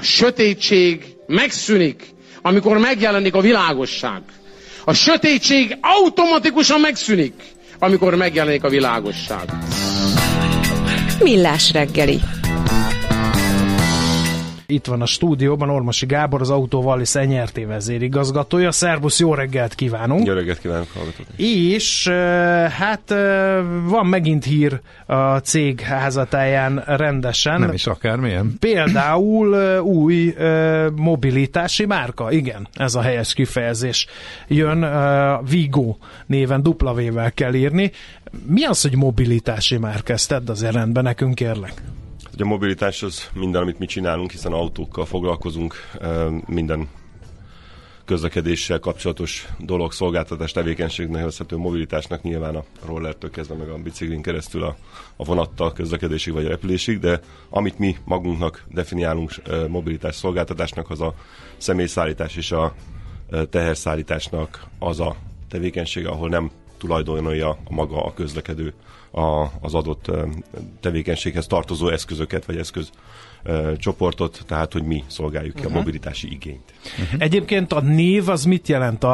sötétség megszűnik, amikor megjelenik a világosság. A sötétség automatikusan megszűnik, amikor megjelenik a világosság. Millás reggeli. Itt van a stúdióban Ormosi Gábor, az Autó Wallis NRT vezérigazgatója. Szervusz, jó reggelt kívánunk! Jó reggelt kívánok, hallgatók! És van megint hír a cég házatáján rendesen. Nem is akármilyen. Például új mobilitási márka. Igen, ez a helyes kifejezés. Jön Vigo néven, W-vel kell írni. Mi az, hogy mobilitási márka? Ezt tedd azért rendbe nekünk, kérlek. A mobilitás az minden, amit mi csinálunk, hiszen autókkal foglalkozunk, minden közlekedéssel kapcsolatos dolog, szolgáltatás, tevékenységnek nevezhető mobilitásnak, nyilván a rollertől kezdve meg a biciklin keresztül a vonattal közlekedésig vagy a repülésig, de amit mi magunknak definiálunk mobilitás szolgáltatásnak, az a személyszállítás és a teherszállításnak az a tevékenysége, ahol nem tulajdonolja a maga a közlekedő az adott tevékenységhez tartozó eszközöket, vagy eszközcsoportot, tehát hogy mi szolgáljuk ki a mobilitási igényt. Egyébként a név az mit jelent?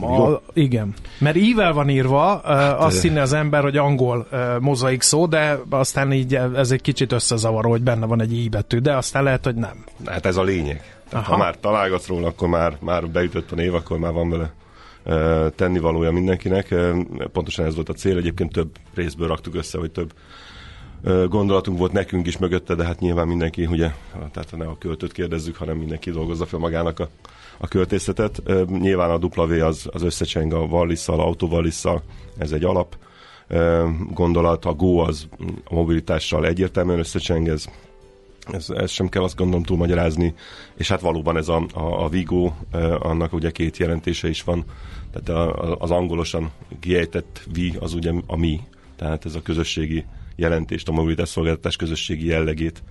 Igen. Mert ível van írva, azt hinné az ember, hogy angol mozaik szó, de aztán így ez egy kicsit összezavaró, hogy benne van egy i betű, de aztán lehet, hogy nem. Hát ez a lényeg. Tehát, ha már találgatsz róla, akkor már beütött a név, akkor már van vele tennivalója mindenkinek. Pontosan ez volt a cél, egyébként több részből raktuk össze, hogy több gondolatunk volt nekünk is mögötte, de hát nyilván mindenki, ugye, tehát ne a költőt kérdezzük, hanem mindenki dolgozza fel magának a költészetet. Nyilván a W az összecseng a Wallis-szal, Auto Wallis-szal, ez egy alap gondolat, a Go az a mobilitással egyértelműen összecseng, ez sem kell azt gondolom túl magyarázni, és hát valóban ez a Vigo, annak ugye két jelentése is van, tehát az angolosan kiejtett vi az ugye a mi, tehát ez a közösségi jelentést, a mobilitás szolgáltatás közösségi jellegét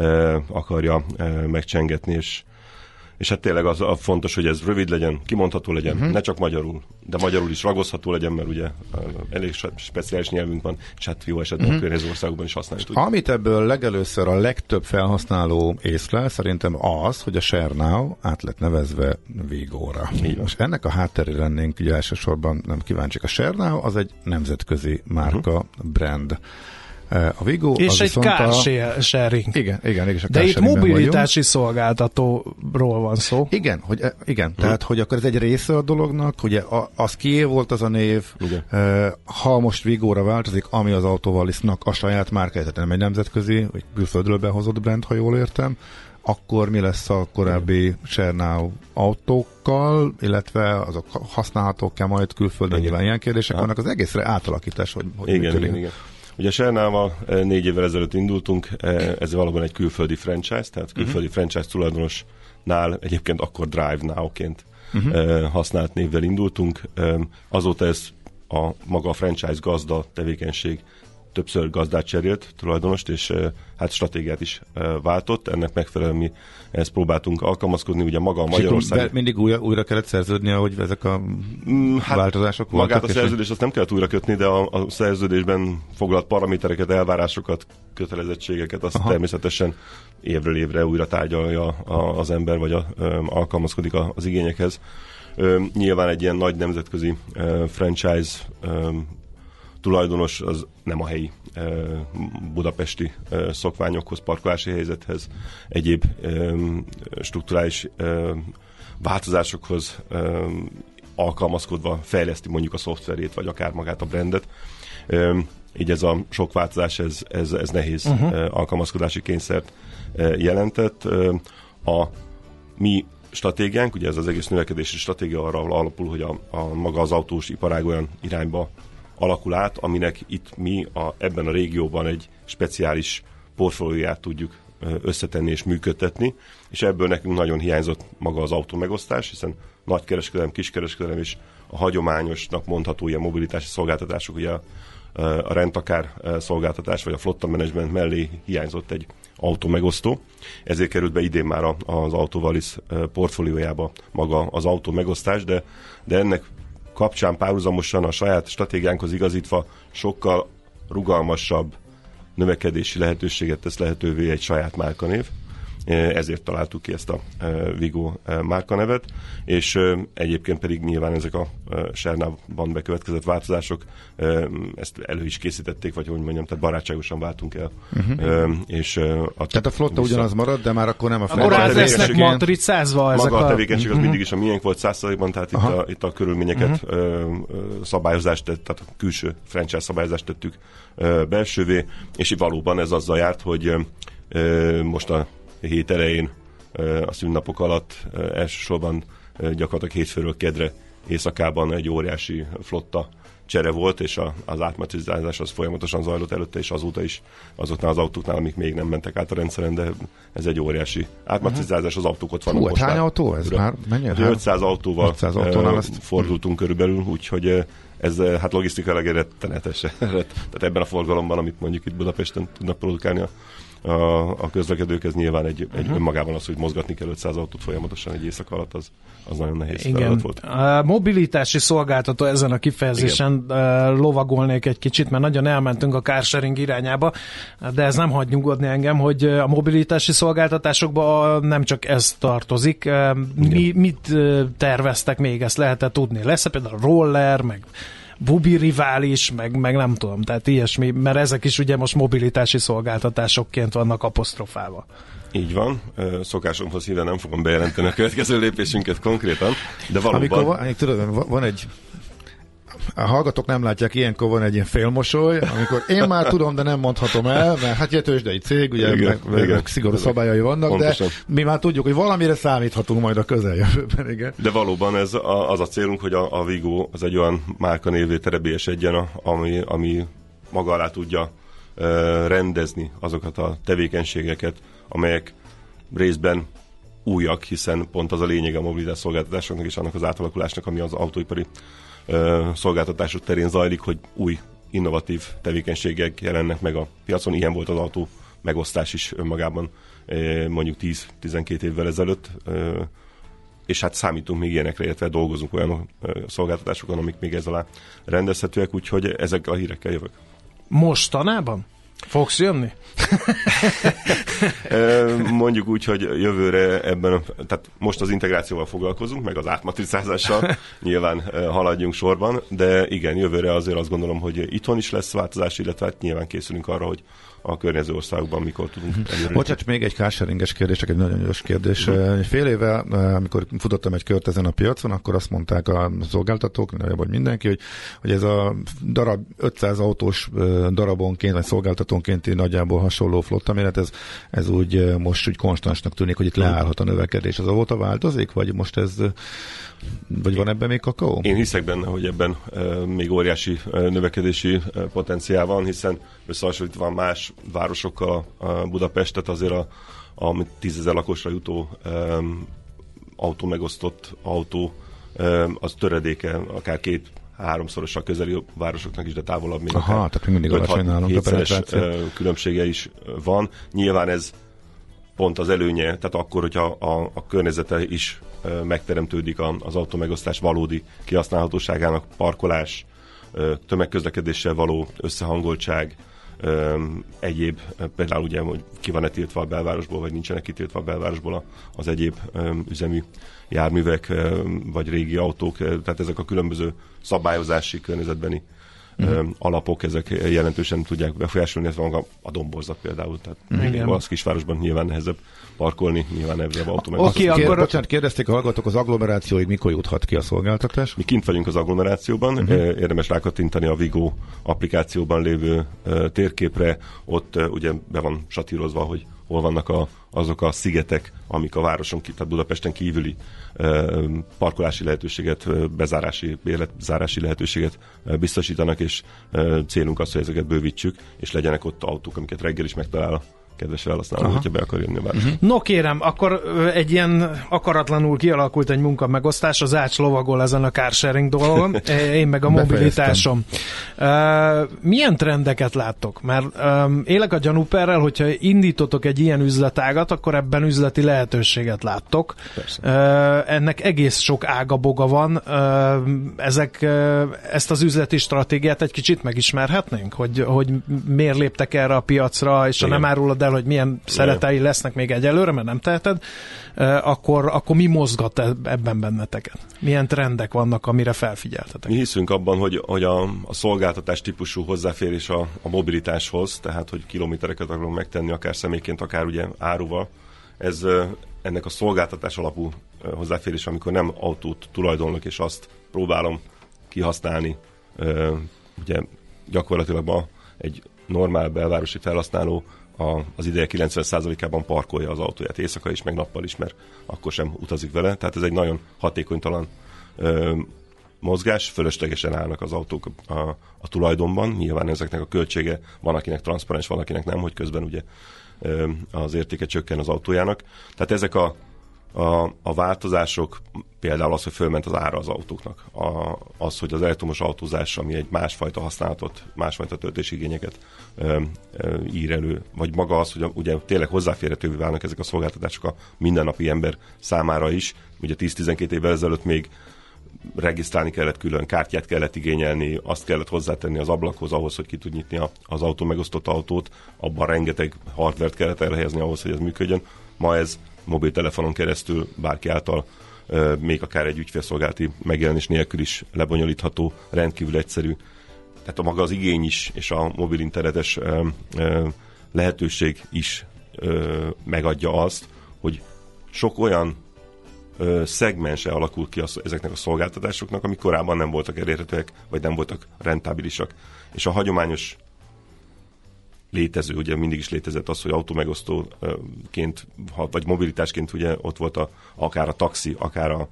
akarja megcsengetni, és hát tényleg az a fontos, hogy ez rövid legyen, kimondható legyen, ne csak magyarul, de magyarul is ragozható legyen, mert ugye elég speciális nyelvünk van, és hát jó esetben a környező országokban is használni tudjuk. Amit ebből legelőször a legtöbb felhasználó észlel, szerintem az, hogy a ShareNow át lett nevezve Vigo-ra. Most ennek a hátterére lennénk ugye elsősorban nem kíváncsiak. A ShareNow az egy nemzetközi márka, brand. A Vigo és az egy car sharing. Igen. De itt mobilitási szolgáltatóról van szó. Igen, tehát hogy akkor ez egy része a dolognak, ugye az kié volt az a név, ha most Vigóra változik, ami az Auto Wallisnak a saját márkája, tehát nem egy nemzetközi, vagy külföldről behozott brand, ha jól értem, akkor mi lesz a korábbi ShareNow autókkal, illetve azok használhatók-e majd külföldön, nyilván ilyen kérdések vannak, az egészre átalakítás, hogy igen. Ugye a ShareNow-val 4 évvel ezelőtt indultunk, ez valóban egy külföldi franchise, tehát külföldi franchise tulajdonosnál egyébként akkor Drive Now-ként használt névvel indultunk. Azóta ez maga a franchise gazda tevékenység többször gazdát cserélt, tulajdonost, és hát stratégiát is váltott. Ennek megfelelően mi ezt próbáltunk alkalmazkodni, ugye maga a Magyarország... Mindig újra kellett szerződni, ahogy ezek a változások voltak? Magát a szerződést azt nem kellett újra kötni, de a szerződésben foglalt paramétereket, elvárásokat, kötelezettségeket, azt természetesen évről évre újra tárgyalja az ember, vagy alkalmazkodik az igényekhez. Nyilván egy ilyen nagy nemzetközi franchise tulajdonos az nem a helyi budapesti szokványokhoz, parkolási helyzethez, egyéb strukturális változásokhoz alkalmazkodva fejleszti mondjuk a szoftverét, vagy akár magát a brandet. Így ez a sok változás, ez nehéz alkalmazkodási kényszert jelentett. A mi stratégiánk, ugye ez az egész növekedési stratégia arra alapul, hogy a maga az autós iparág olyan irányba alakul át, aminek itt mi ebben a régióban egy speciális portfólióját tudjuk összetenni és működtetni, és ebből nekünk nagyon hiányzott maga az autómegosztás, hiszen nagykereskedelem, kiskereskedelem és a hagyományosnak mondható ilyen mobilitási szolgáltatások, ugye a rendtakár szolgáltatás vagy a flotta menedzsment mellé hiányzott egy autómegosztó. Ezért került be idén már az Auto Wallis portfóliójába maga az autómegosztás, de ennek kapcsán párhuzamosan a saját stratégiánkhoz igazítva sokkal rugalmasabb növekedési lehetőséget tesz lehetővé egy saját márkanév, ezért találtuk ki ezt a Vigo márkanevet, és egyébként pedig nyilván ezek a Sernában bekövetkezett változások ezt elő is készítették, vagy hogy mondjam, tehát barátságosan váltunk el. És tehát a flotta ugyanaz marad, de már akkor nem a flotta. Akkor át lesznek matricázva ezek maga a tevékenység az mindig is a miénk volt 100%-ban, tehát itt a körülményeket szabályozást, tehát a külső franchise szabályozást tettük belsővé, és valóban ez azzal járt, hogy most a hét elején a szünnapok alatt elsősorban gyakorlatilag hétfőről kedre éjszakában egy óriási flotta csere volt, és az átmatricázás az folyamatosan zajlott előtte, és azóta is azoknál az autóknál, amik még nem mentek át a rendszeren, de ez egy óriási átmatricázás, az autók ott vannak most. Hány autó ez már? Mennyi? 500 autóval fordultunk körülbelül, úgyhogy ez hát logisztikailag rettenetes. Tehát ebben a forgalomban, amit mondjuk itt Budapesten tudnak produkálni a közlekedők, ez nyilván egy önmagában az, hogy mozgatni kell 500 autót folyamatosan egy éjszaka alatt, az nagyon nehéz feladat volt. A mobilitási szolgáltató, ezen a kifejezésen lovagolnék egy kicsit, mert nagyon elmentünk a carsharing irányába, de ez nem hagy nyugodni engem, hogy a mobilitási szolgáltatásokban nem csak ez tartozik. Mit terveztek még, ezt lehet tudni? Lesz-e például roller, meg bubi rivális, meg nem tudom, tehát ilyesmi, mert ezek is ugye most mobilitási szolgáltatásokként vannak apostrofálva. Így van, szokásomhoz híven nem fogom bejelenteni a következő lépésünket konkrétan, de valóban... Amikor van egy... A hallgatók nem látják, ilyenkor van egy ilyen félmosoly, amikor én már tudom, de nem mondhatom el, mert hát egy tőzsdei cég, ugye meg szigorú szabályai vannak, pontosan. De mi már tudjuk, hogy valamire számíthatunk majd a közeljövőben, igen. De valóban ez az a célunk, hogy a Vigo az egy olyan márkanévvé terebélyesedjen, ami maga alá tudja rendezni azokat a tevékenységeket, amelyek részben újak, hiszen pont az a lényeg a mobilitás szolgáltatásoknak és annak az átalakulásnak, ami az autóipari szolgáltatások terén zajlik, hogy új, innovatív tevékenységek jelennek meg a piacon. Ilyen volt az autó megosztás is önmagában mondjuk 10-12 évvel ezelőtt, és hát számítunk még ilyenekre, illetve dolgozunk olyan szolgáltatásokon, amik még ezzel rendezhetőek, úgyhogy ezek a hírekkel jövök. Mostanában? Fogsz jönni? Mondjuk úgy, hogy jövőre tehát most az integrációval foglalkozunk, meg az átmatricázással nyilván haladjunk sorban, de igen, jövőre azért azt gondolom, hogy itthon is lesz változás, illetve hát nyilván készülünk arra, hogy a környező országokban mikor tudunk előre. Bocsánat, még egy carsharinges kérdés, egy nagyon gyors kérdés. Fél éve, amikor futottam egy kört ezen a piacon, akkor azt mondták a szolgáltatók, vagy mindenki, hogy ez a darab 500 autós darabonként, vagy szolgáltatónként nagyjából hasonló flotta méret, ez úgy most úgy konstansnak tűnik, hogy itt leállhat a növekedés. Az óta változik, vagy most ez... Vagy van ebben még kakaó? Én hiszek benne, hogy ebben még óriási növekedési potenciál van, hiszen összehasonlítva más városokkal a Budapestet azért a 10 000 lakosra jutó autómegosztott autó az töredéke, akár 2-3-szorossal közeli városoknak is, de távolabb még tehát mindig alacsony nálunk a penetráció. Különbsége is van. Nyilván ez pont az előnye, tehát akkor, hogyha a környezete is megteremtődik az autómegosztás valódi kihasználhatóságának, parkolás, tömegközlekedéssel való összehangoltság, egyéb, például ugye, hogy ki van-e tiltva a belvárosból, vagy nincsenek kitiltva a belvárosból az egyéb üzemi járművek, vagy régi autók, tehát ezek a különböző szabályozási környezetbeni alapok, ezek jelentősen tudják befolyásolni, illetve a domborzat például. Tehát az kisvárosban nyilván nehezebb parkolni, nyilván ebben autómegosztás. Bocsánat, kérdezték a hallgatók, az agglomerációig mikor juthat ki a szolgáltatás? Mi kint vagyunk az agglomerációban, érdemes rákattintani a Vigo applikációban lévő térképre, ott ugye be van satírozva, hogy hol vannak azok a szigetek, amik a városon, tehát Budapesten kívüli parkolási lehetőséget, bezárási lehetőséget biztosítanak, és célunk az, hogy ezeket bővítsük, és legyenek ott autók, amiket reggel is megtalál a kedves felhasználó, hogyha be akar jönni a városba. No kérem, akkor egy ilyen akaratlanul kialakult egy munkamegosztás, az Ács lovagol ezen a carsharing dolgon, én meg a mobilitásom. Milyen trendeket láttok? Mert élek a gyanúperrel, hogyha indítotok egy ilyen üzletágat, akkor ebben üzleti lehetőséget láttok. Ennek egész sok ágaboga van. Ezt az üzleti stratégiát egy kicsit megismerhetnénk? Hogy miért léptek erre a piacra, és ha nem árulod el, hogy milyen szeretei lesznek még egyelőre, mert nem teheted, akkor mi mozgat ebben benneteket? Milyen trendek vannak, amire felfigyeltetek? Mi hiszünk abban, hogy a szolgáltatás típusú hozzáférés a mobilitáshoz, tehát hogy kilométereket akarunk megtenni, akár személyként, akár ugye áruval, ez ennek a szolgáltatás alapú hozzáférés, amikor nem autót tulajdonlok, és azt próbálom kihasználni, ugye gyakorlatilag egy normál belvárosi felhasználó az ideje 90%-ában parkolja az autóját éjszaka is, meg nappal is, mert akkor sem utazik vele. Tehát ez egy nagyon hatékonytalan mozgás, fölöslegesen állnak az autók a tulajdonban. Nyilván ezeknek a költsége van, akinek transzparens, van, akinek nem, hogy közben ugye az értéke csökken az autójának. Tehát ezek a változások, például az, hogy fölment az ára az autóknak, az, hogy az elektromos autózás, ami egy másfajta használatot, másfajta töltésigényeket ír elő, vagy maga az, hogy ugye tényleg hozzáférhetővé válnak ezek a szolgáltatások a mindennapi ember számára is. Ugye 10-12 évvel ezelőtt még regisztrálni kellett külön, kártyát kellett igényelni, azt kellett hozzátenni az ablakhoz ahhoz, hogy ki tud nyitni az autó megosztott autót, abban rengeteg hardvert kellett elhelyezni ahhoz, hogy ez működjön. Ma ez mobiltelefonon keresztül bárki által, még akár egy ügyfélszolgálati megjelenés nélkül is lebonyolítható, rendkívül egyszerű. Tehát maga az igény is, és a mobil internetes lehetőség is megadja azt, hogy sok olyan szegmense alakul ki ezeknek a szolgáltatásoknak, amik korábban nem voltak elérhetőek, vagy nem voltak rentábilisak. És a hagyományos létező, ugye mindig is létezett az, hogy autómegosztóként, vagy mobilitásként ugye ott volt akár a taxi, akár a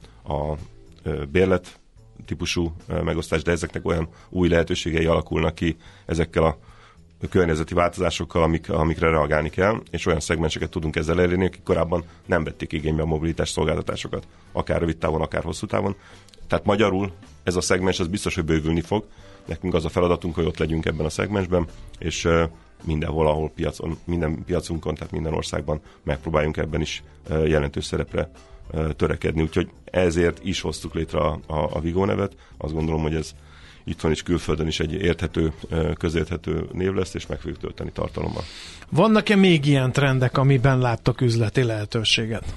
bérlet típusú megosztás, de ezeknek olyan új lehetőségei alakulnak ki ezekkel a környezeti változásokkal, amikre reagálni kell, és olyan szegmenseket tudunk ezzel elérni, akik korábban nem vették igénybe a mobilitás szolgáltatásokat, akár rövid távon, akár hosszú távon. Tehát magyarul ez a szegmens az biztos, hogy bővülni fog. Nekünk az a feladatunk, hogy ott legyünk ebben a szegmensben, és mindenhol, ahol minden piacunkon, tehát minden országban megpróbáljunk ebben is jelentős szerepre törekedni. Úgyhogy ezért is hoztuk létre a Vigo nevet. Azt gondolom, hogy ez itthon is, külföldön is egy érthető, közérthető név lesz, és meg fogjuk tölteni tartalommal. Vannak-e még ilyen trendek, amiben láttok üzleti lehetőséget?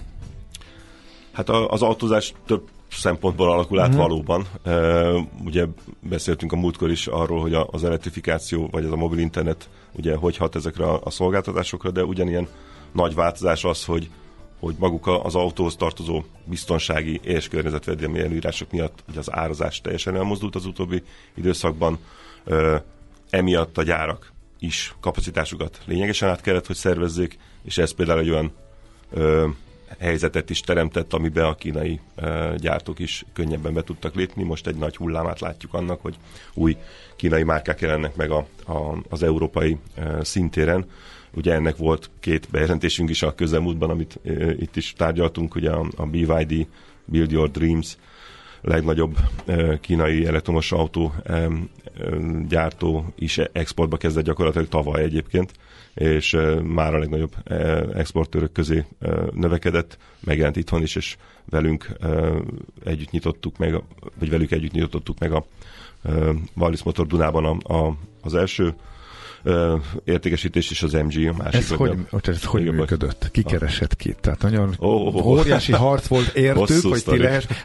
Hát az autózás több szempontból alakul át valóban. Ugye beszéltünk a múltkor is arról, hogy az elektrifikáció, vagy az a mobil internet ugye hogy hat ezekre a szolgáltatásokra, de ugyanilyen nagy változás az, hogy maguk az autóhoz tartozó biztonsági és környezetvédelmi előírások miatt ugye az árazás teljesen elmozdult az utóbbi időszakban. Emiatt a gyárak is kapacitásukat lényegesen át kellett, hogy szervezzék, és ez például egy olyan helyzetet is teremtett, amiben a kínai gyártók is könnyebben be tudtak lépni. Most egy nagy hullámát látjuk annak, hogy új kínai márkák jelennek meg az európai szintéren. Ugye ennek volt 2 bejelentésünk is a közelmúltban, amit itt is tárgyaltunk, ugye a BYD, Build Your Dreams, legnagyobb kínai elektromos autó gyártó is exportba kezdett gyakorlatilag tavaly egyébként, és már a legnagyobb exportőrök közé növekedett, megjelent itthon is, és velük együtt nyitottuk meg a Wallis Motor Dunában az első értékesítés, és az MG a másik. Ez hogy működött? Ki keresett ki? Tehát nagyon óriási harc volt értük, hogy ti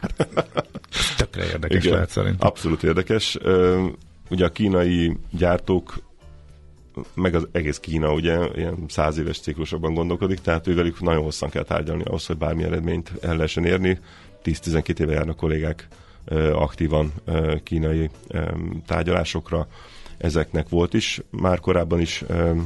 tökre érdekes. Igen, lehet szerintem. Abszolút érdekes. Ugye a kínai gyártók, meg az egész Kína ugye ilyen 100 éves ciklusokban gondolkodik, tehát ővelük nagyon hosszan kell tárgyalni ahhoz, hogy bármilyen eredményt el lehessen érni. 10-12 éve járnak kollégák aktívan kínai tárgyalásokra. Ezeknek volt is már korábban is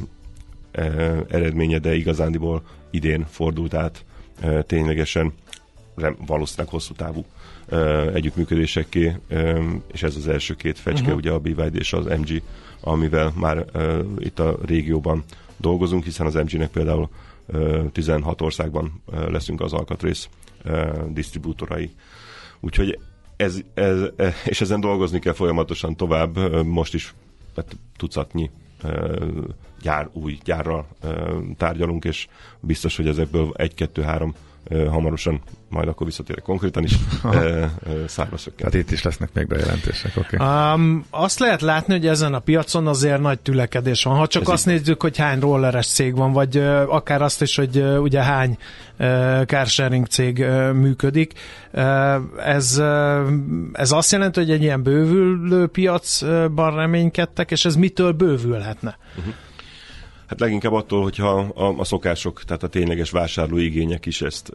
eredménye, de igazándiból idén fordult át ténylegesen valószínűleg hosszú távú együttműködésekké, és ez az első 2 fecske, ugye a BYD és az MG, amivel már itt a régióban dolgozunk, hiszen az MG-nek például 16 országban leszünk az alkatrész disztribútorai. Úgyhogy és ezen dolgozni kell folyamatosan tovább, most is tucatnyi új gyárral tárgyalunk, és biztos, hogy ezekből 1-2-3 hamarosan, majd akkor visszatérek konkrétan is, szárba szökken. Hát itt is lesznek még bejelentések, oké. Azt lehet látni, hogy ezen a piacon azért nagy tülekedés van. Ha csak azt nézzük, hogy hány rolleres cég van, vagy akár azt is, hogy ugye hány carsharing cég működik. Ez azt jelenti, hogy egy ilyen bővülő piacban reménykedtek, és ez mitől bővülhetne? Hát leginkább attól, hogyha a szokások, tehát a tényleges vásárlói igények is ezt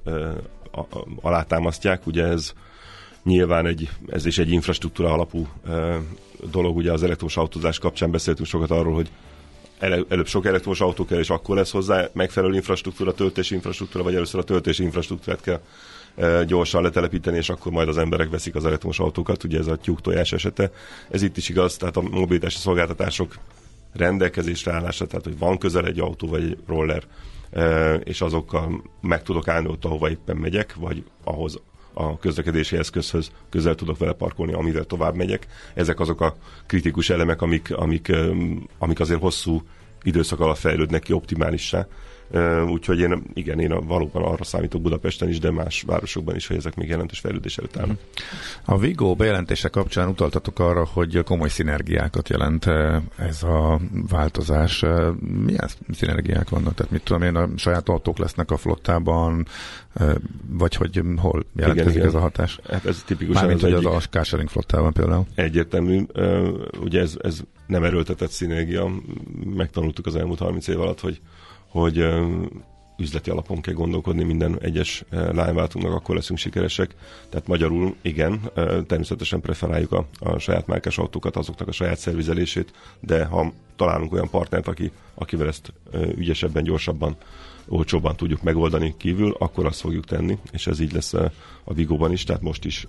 alátámasztják. Ugye ez nyilván ez is egy infrastruktúra alapú dolog. Ugye az elektromos autózás kapcsán beszéltünk sokat arról, hogy előbb sok elektromos autó kell, és akkor lesz hozzá megfelelő infrastruktúra, töltési infrastruktúra, vagy először a töltési infrastruktúrát kell gyorsan letelepíteni, és akkor majd az emberek veszik az elektromos autókat. Ugye ez a tyúk-tojás esete. Ez itt is igaz, tehát a mobilitási szolgáltatások rendelkezésre állása, tehát hogy van közel egy autó vagy egy roller, és azokkal meg tudok állni ott, ahova éppen megyek, vagy ahhoz a közlekedési eszközhöz közel tudok vele parkolni, amivel tovább megyek. Ezek azok a kritikus elemek, amik azért hosszú időszak alatt fejlődnek ki optimálissá. Úgyhogy én valóban arra számítok Budapesten is, de más városokban is, hogy ezek még jelentős fejlődés előtt állnak. A Vigo bejelentése kapcsán utaltatok arra, hogy komoly szinergiákat jelent ez a változás. Milyen szinergiák vannak? Tehát mit tudom én, a saját autók lesznek a flottában, vagy hogy hol jelentkezik ez a hatás? Hát ez tipikusan mármint, hogy az a carsharing flottában például. Egyértelmű. Ugye ez nem erőltetett szinergia. Megtanultuk az elmúlt 30 év alatt, hogy üzleti alapon kell gondolkodni minden egyes lányváltunknak, akkor leszünk sikeresek. Tehát magyarul igen, természetesen preferáljuk a saját márkás autókat, azoknak a saját szervizelését, de ha találunk olyan partnert, akivel ezt ügyesebben, gyorsabban, olcsóbban tudjuk megoldani kívül, akkor azt fogjuk tenni, és ez így lesz a Vigóban is, tehát most is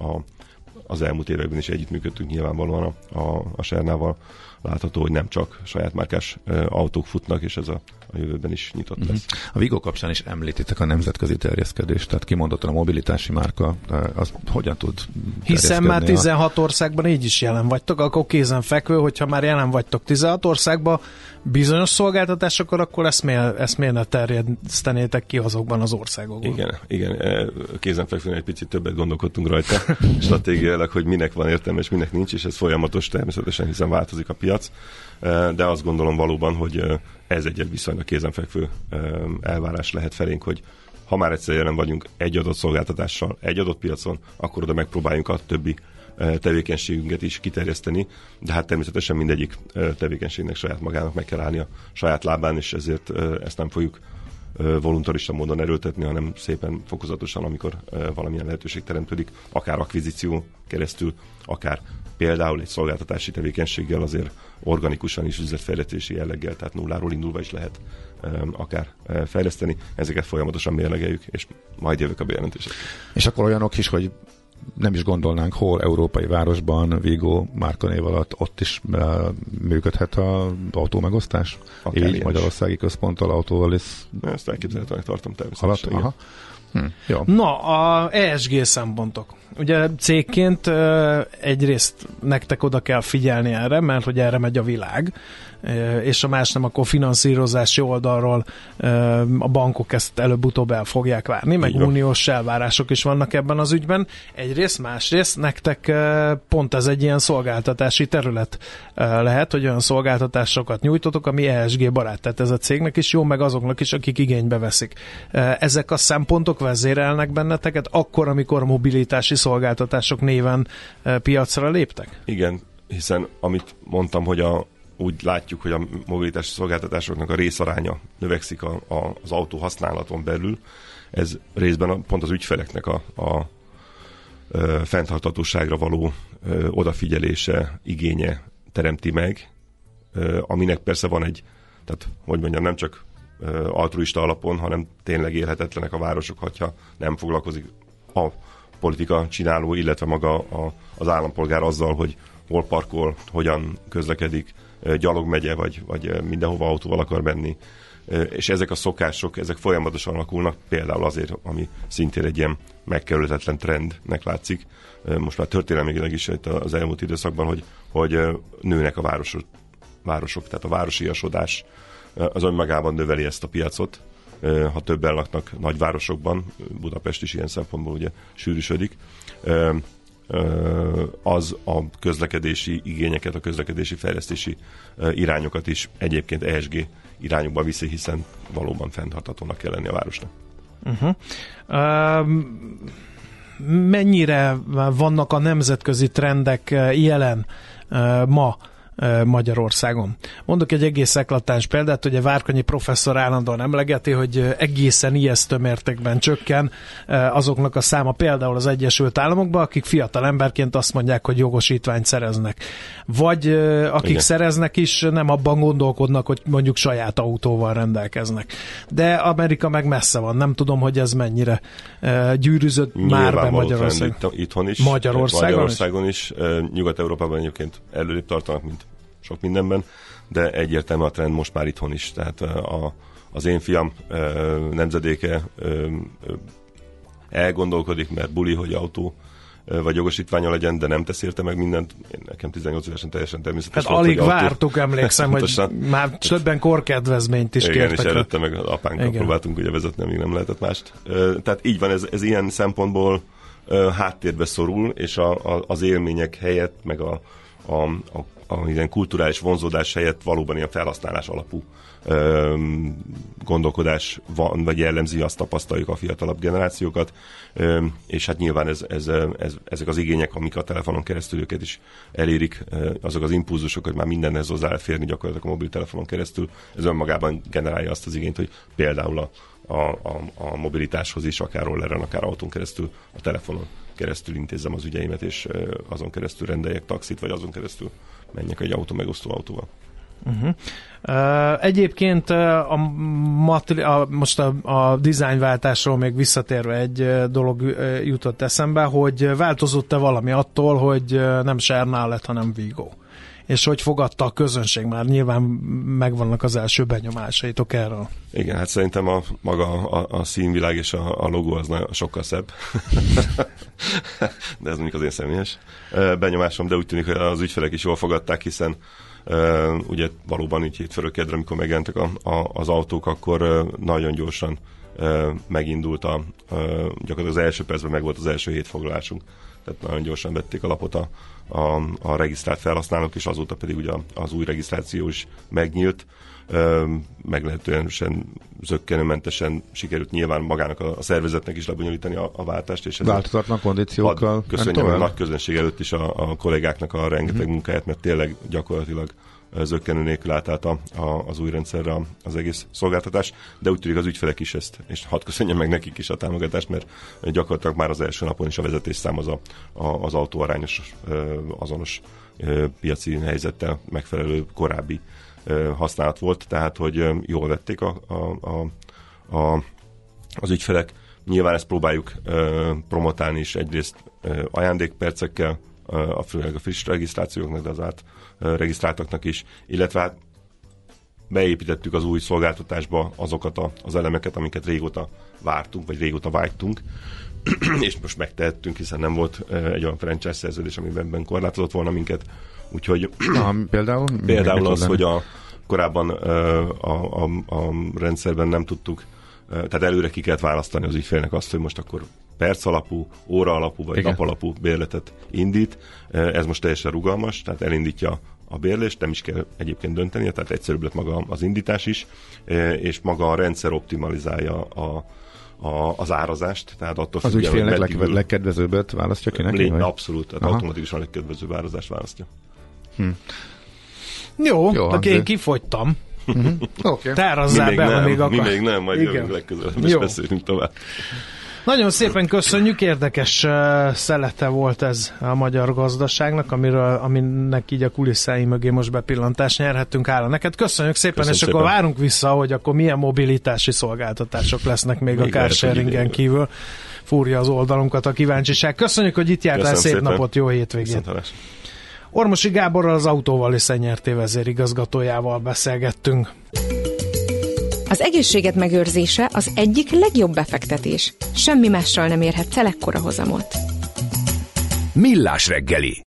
az elmúlt években is együttműködtünk nyilvánvalóan a Sernával. Látható, hogy nem csak saját márkás autók futnak, és ez a jövőben is nyitott lesz. A Vigo kapcsán is említitek a nemzetközi terjeszkedést, tehát kimondottan a mobilitási márka, az hogyan tud hiszen már 16 országban így is jelen vagytok, akkor kézenfekvő, hogyha már jelen vagytok 16 országban bizonyos szolgáltatásokor, akkor ezt miért ne terjesztenétek ki azokban az országokban? Igen, kézenfekvően egy picit többet gondolkodtunk rajta stratégiailag, hogy minek van értelme és minek nincs, és ez folyamatos természetesen, hiszen változik a piac, de azt gondolom valóban, hogy ez egy viszonylag kézenfekvő elvárás lehet felénk, hogy ha már egyszer jelen vagyunk egy adott szolgáltatással, egy adott piacon, akkor oda megpróbáljunk a többi tevékenységünket is kiterjeszteni, de hát természetesen mindegyik tevékenységnek saját magának meg kell állni a saját lábán, és ezért ezt nem fogjuk voluntarista módon erőltetni, hanem szépen fokozatosan, amikor valamilyen lehetőség teremtődik, akár akvizíció keresztül, akár például egy szolgáltatási tevékenységgel azért organikusan is üzletfejlesztési jelleggel, tehát nulláról indulva is lehet akár fejleszteni. Ezeket folyamatosan mérlegeljük, és majd jövök a bejelentések. És akkor olyanok is, hogy nem is gondolnánk, hol európai városban, Vigo márkanév alatt ott is működhet az autómegosztás? Így magyarországi központtal, autóval is. Ezt elképzelhetőnek tartom természetesen. Aha. Jó. Na, a ESG szempontok. Ugye cégként egyrészt nektek oda kell figyelni erre, mert hogy erre megy a világ, és a más nem, akkor finanszírozási oldalról a bankok ezt előbb-utóbb el fogják várni, meg uniós elvárások is vannak ebben az ügyben. Egyrészt, másrészt nektek pont ez egy ilyen szolgáltatási terület lehet, hogy olyan szolgáltatásokat nyújtotok, ami ESG barát, tehát ez a cégnek is jó, meg azoknak is, akik igénybe veszik. Ezek a szempontok vezérelnek benneteket akkor, amikor mobilitási szolgáltatások néven piacra léptek? Igen, hiszen amit mondtam, hogy úgy látjuk, hogy a mobilitási szolgáltatásoknak a részaránya növekszik az autó használaton belül. Ez részben pont az ügyfeleknek a fenntarthatóságra való odafigyelése, igénye teremti meg, aminek persze van tehát hogy mondjam, nem csak altruista alapon, hanem tényleg élhetetlenek a városok, hogyha nem foglalkozik a politika csináló, illetve maga az állampolgár azzal, hogy hol parkol, hogyan közlekedik, gyalog megye, vagy mindenhova autóval akar menni. És ezek a szokások, ezek folyamatosan alakulnak, például azért, ami szintén egy ilyen megkerülhetetlen trendnek látszik. Most már történelmileg is az elmúlt időszakban, hogy nőnek a városok, tehát a városiasodás az önmagában növeli ezt a piacot, ha többen laknak nagyvárosokban, Budapest is ilyen szempontból ugye sűrűsödik, az a közlekedési igényeket, a közlekedési fejlesztési irányokat is egyébként ESG irányokba viszi, hiszen valóban fenntarthatónak kell lenni a városnak. Mennyire vannak a nemzetközi trendek jelen ma Magyarországon? Mondok egy egész eklatáns példát, hogy a Várkonyi professzor állandóan emlegeti, hogy egészen ijesztő mértékben csökken azoknak a száma például az Egyesült Államokban, akik fiatal emberként azt mondják, hogy jogosítványt szereznek. Vagy akik igen, szereznek is, nem abban gondolkodnak, hogy mondjuk saját autóval rendelkeznek. De Amerika meg messze van. Nem tudom, hogy ez mennyire gyűrűzött már be Magyarországon. Itthon is. Magyarországon is. Nyugat-Európában egyébként előrébb tartanak, mint sok mindenben, de egyértelmű a trend most már itthon is. Tehát az én fiam nemzedéke elgondolkodik, mert buli, hogy autó vagy jogosítványa legyen, de nem tesz érte meg mindent. Nekem 18 évesen teljesen természetes volt, alig vártuk, emlékszem, hogy már többen korkedvezményt is kértek. Igen, és előtte meg apánkkal próbáltunk ugye vezetni, amíg nem lehetett mást. Tehát így van, ez ilyen szempontból háttérbe szorul, és az élmények helyett, meg a ilyen kulturális vonzódás helyett valóban ilyen felhasználás alapú gondolkodás van, vagy jellemzi, azt tapasztaljuk a fiatalabb generációkat, és hát nyilván ezek az igények, amik a telefonon keresztül őket is elérik, azok az impulzusok, hogy már mindenhez hozzá lehet férni gyakorlatilag a mobiltelefonon keresztül, ez önmagában generálja azt az igényt, hogy például a mobilitáshoz is, akár rolleren, akár autón keresztül, a telefonon keresztül intézzem az ügyeimet, és azon keresztül rendeljek taxit, vagy azon keresztül menjek egy megosztó autóval. Egyébként most a dizájnváltásról még visszatérve egy dolog jutott eszembe, hogy változott-e valami attól, hogy nem Sernal lett, hanem Vigo? És hogy fogadta a közönség? Már nyilván megvannak az első benyomásaitok erről. Igen, hát szerintem maga a színvilág és a logó az sokkal szebb. De ez mondjuk az én személyes benyomásom, de úgy tűnik, hogy az ügyfelek is jól fogadták, hiszen ugye valóban így hétfőről kedre, amikor megjelentek az autók, akkor nagyon gyorsan megindult gyakorlatilag az első percben meg volt az első hétfoglalásunk. Tehát nagyon gyorsan vették a lapot a regisztrált felhasználók, és azóta pedig ugye az új regisztráció is megnyílt. Meglehetősen zökkenőmentesen sikerült nyilván magának a szervezetnek is lebonyolítani a váltást. És változatlan kondíciókkal. Köszönjük a nagy közönség előtt is a kollégáknak a rengeteg munkáját, mert tényleg gyakorlatilag zökkenő nélkül átállt az új rendszerre az egész szolgáltatás, de úgy tűnik az ügyfelek is ezt, és hadd köszönjem meg nekik is a támogatást, mert gyakorlatilag már az első napon is a vezetésszám az autó arányos, azonos piaci helyzettel megfelelő korábbi használat volt, tehát hogy jól vették az ügyfelek. Nyilván ezt próbáljuk promotálni is egyrészt ajándékpercekkel, főleg a friss regisztrációknak, de az átregisztráltaknak is, illetve hát beépítettük az új szolgáltatásba azokat az elemeket, amiket régóta vártunk, vagy régóta vágytunk, és most megtehettünk, hiszen nem volt egy olyan franchise szerződés, amiben korlátozott volna minket. Úgyhogy például az, hogy korábban a rendszerben nem tudtuk, tehát előre ki kellett választani az ügyfélnek azt, hogy most akkor perc alapú, óra alapú vagy nap alapú bérletet indít. Ez most teljesen rugalmas, tehát elindítja a bérlést, nem is kell egyébként döntenie, tehát egyszerűbb lett maga az indítás is, és maga a rendszer optimalizálja az árazást. Tehát attól az ügyfélnek legkedvezőbbet választja ki neki? Abszolút, tehát automatikusan a legkedvezőbb árazást választja. Jó, én kifogytam. Okay. Tárazzál be, ha még akar. Mi még nem, majd jövünk legközelebb, és beszélünk tovább. Nagyon szépen köszönjük, érdekes szelete volt ez a magyar gazdaságnak, aminek így a kulisszái mögé most bepillantást nyerhettünk. Hála neked, köszönjük szépen, és akkor várunk vissza, hogy akkor milyen mobilitási szolgáltatások lesznek még a carsharingen kívül. Fúrja az oldalunkat a kíváncsiság. Köszönjük, hogy itt jártál, szép napot, jó hétvégét! Ormosi Gáborral, az Autóval Nyrt vezérigazgatójával beszélgettünk. Az egészséged megőrzése az egyik legjobb befektetés. Semmi mással nem érhetsz el ekkora hozamot. Millás reggeli.